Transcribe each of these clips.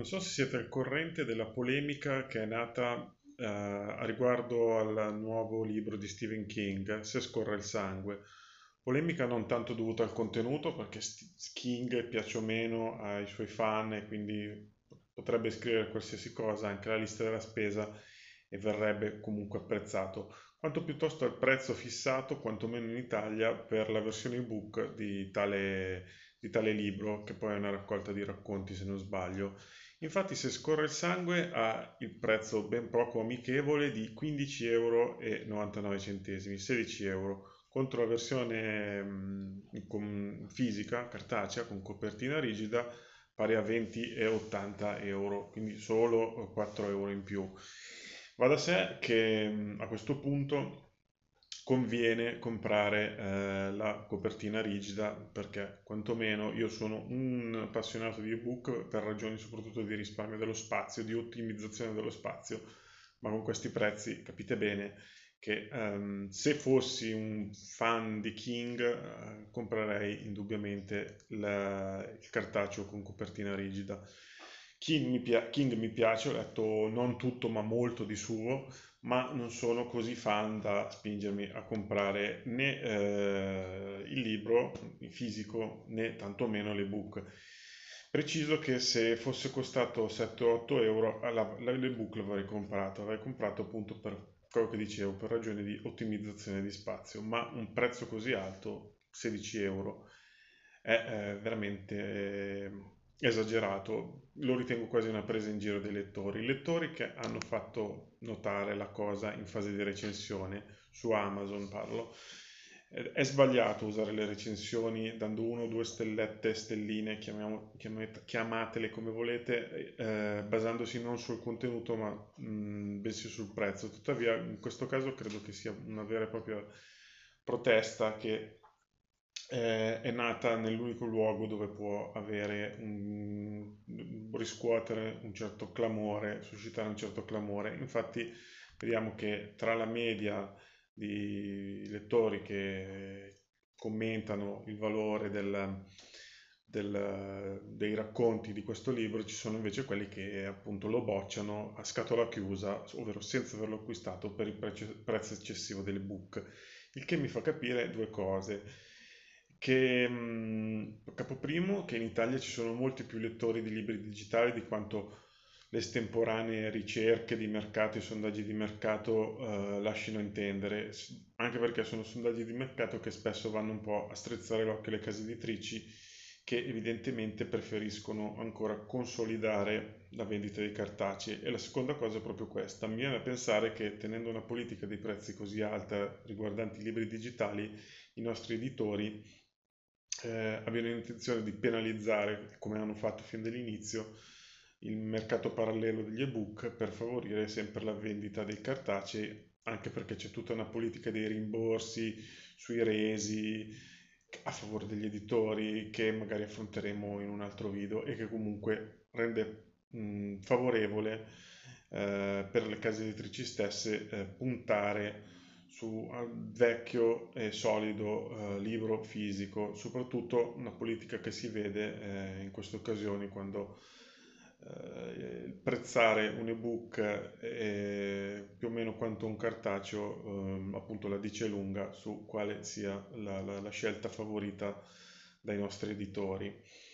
non so se siete al corrente della polemica che è nata a riguardo al nuovo libro di Stephen King, Se scorre il sangue. Polemica non tanto dovuta al contenuto, perché King piace o meno ai suoi fan e quindi potrebbe scrivere qualsiasi cosa, anche la lista della spesa, e verrebbe comunque apprezzato, quanto piuttosto al prezzo fissato, quantomeno in Italia, per la versione ebook di tale libro, che poi è una raccolta di racconti se non sbaglio. Infatti, se scorre il sangue ha il prezzo ben poco amichevole di 15,99 euro, 16 euro, contro la versione fisica, cartacea, con copertina rigida, pari a 20,80 euro, quindi solo 4 euro in più. Va da sé che a questo punto conviene comprare la copertina rigida, perché quantomeno io sono un appassionato di ebook per ragioni soprattutto di risparmio dello spazio, di ottimizzazione dello spazio, ma con questi prezzi capite bene che se fossi un fan di King comprerei indubbiamente il cartaceo con copertina rigida. King mi piace, ho letto non tutto ma molto di suo, ma non sono così fan da spingermi a comprare né il libro in fisico né tantomeno l'ebook. Preciso che se fosse costato 7-8 euro l'ebook l'avrei comprato appunto per quello che dicevo, per ragioni di ottimizzazione di spazio, ma un prezzo così alto, 16 euro, è veramente esagerato. Lo ritengo quasi una presa in giro dei lettori. I lettori che hanno fatto notare la cosa in fase di recensione, su Amazon parlo, è sbagliato usare le recensioni dando 1 o 2 stelline, chiamatele come volete, basandosi non sul contenuto ma bensì sul prezzo. Tuttavia, in questo caso credo che sia una vera e propria protesta che è nata nell'unico luogo dove può riscuotere un certo clamore, suscitare un certo clamore. Infatti, vediamo che tra la media di lettori che commentano il valore dei racconti di questo libro, ci sono invece quelli che appunto lo bocciano a scatola chiusa, ovvero senza averlo acquistato per il prezzo eccessivo dell'ebook. Il che mi fa capire due cose. Che capo primo, che in Italia ci sono molti più lettori di libri digitali di quanto le estemporanee ricerche di mercato e sondaggi di mercato lasciano intendere, anche perché sono sondaggi di mercato che spesso vanno un po' a strizzare l'occhio alle case editrici, che evidentemente preferiscono ancora consolidare la vendita di cartacei. E la seconda cosa è proprio questa: mi viene a pensare che, tenendo una politica dei prezzi così alta riguardanti i libri digitali, i nostri editori abbiano intenzione di penalizzare, come hanno fatto fin dall'inizio, il mercato parallelo degli ebook per favorire sempre la vendita dei cartacei, anche perché c'è tutta una politica dei rimborsi sui resi a favore degli editori, che magari affronteremo in un altro video, e che comunque rende favorevole per le case editrici stesse puntare su un vecchio e solido libro fisico, soprattutto una politica che si vede in queste occasioni, quando prezzare un ebook è più o meno quanto un cartaceo, appunto la dice lunga su quale sia la scelta favorita dai nostri editori.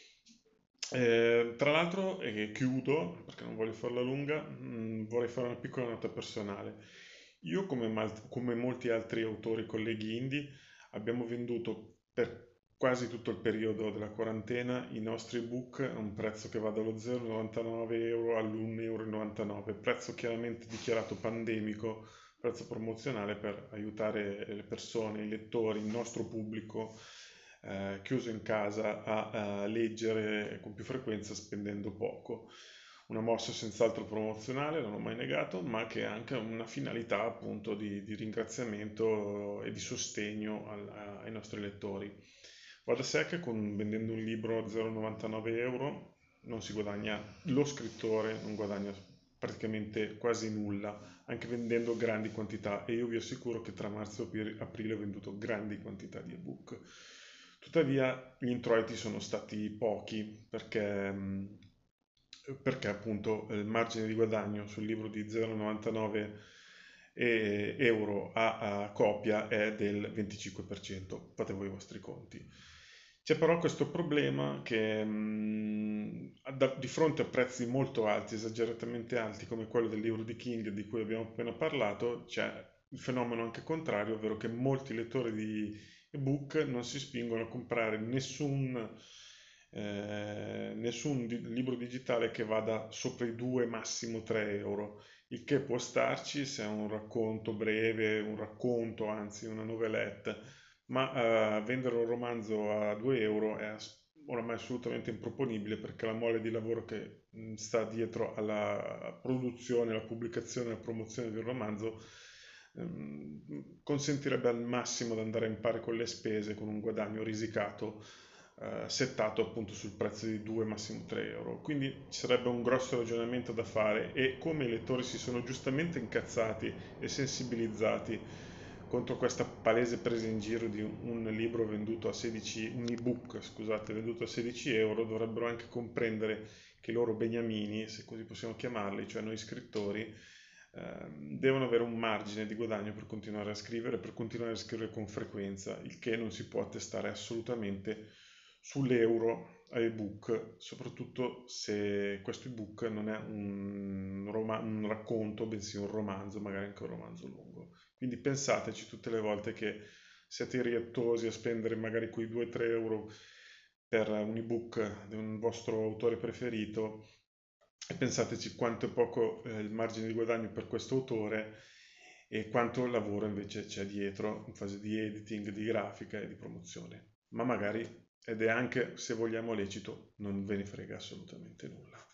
Tra l'altro, e chiudo perché non voglio farla lunga, vorrei fare una piccola nota personale. Io, come molti altri autori colleghi indie, abbiamo venduto per quasi tutto il periodo della quarantena i nostri ebook a un prezzo che va dallo 0,99 euro all'1,99 euro, prezzo chiaramente dichiarato pandemico, prezzo promozionale per aiutare le persone, i lettori, il nostro pubblico chiuso in casa a leggere con più frequenza spendendo poco. Una mossa senz'altro promozionale, non ho mai negato, ma che ha anche una finalità appunto di ringraziamento e di sostegno ai nostri lettori. Va da sé che vendendo un libro a 0,99 euro non si guadagna, lo scrittore non guadagna praticamente quasi nulla, anche vendendo grandi quantità, e io vi assicuro che tra marzo e aprile ho venduto grandi quantità di ebook. Tuttavia gli introiti sono stati pochi, perché perché appunto il margine di guadagno sul libro di 0,99 euro a copia è del 25%. Fate voi i vostri conti. C'è però questo problema che di fronte a prezzi molto alti, esageratamente alti, come quello del libro di King di cui abbiamo appena parlato, c'è il fenomeno anche contrario, ovvero che molti lettori di ebook non si spingono a comprare nessun libro digitale che vada sopra i 2, massimo 3 euro, il che può starci se è un racconto breve, un racconto, anzi una novelette, ma vendere un romanzo a 2 euro è oramai assolutamente improponibile, perché la mole di lavoro che sta dietro alla produzione, alla pubblicazione e alla promozione di un romanzo consentirebbe al massimo di andare in pari con le spese, con un guadagno risicato settato appunto sul prezzo di 2, massimo 3 euro. Quindi ci sarebbe un grosso ragionamento da fare, e come i lettori si sono giustamente incazzati e sensibilizzati contro questa palese presa in giro di un libro venduto a 16, un ebook, scusate, venduto a 16 euro, dovrebbero anche comprendere che i loro beniamini, se così possiamo chiamarli, cioè noi scrittori, devono avere un margine di guadagno per continuare a scrivere con frequenza, il che non si può attestare assolutamente sull'euro a ebook, soprattutto se questo ebook non è un racconto, bensì un romanzo, magari anche un romanzo lungo. Quindi pensateci tutte le volte che siete riattosi a spendere magari quei 2-3 euro per un ebook di un vostro autore preferito, e pensateci quanto è poco il margine di guadagno per questo autore e quanto lavoro invece c'è dietro in fase di editing, di grafica e di promozione. Ma magari, ed è anche se vogliamo lecito, non ve ne frega assolutamente nulla.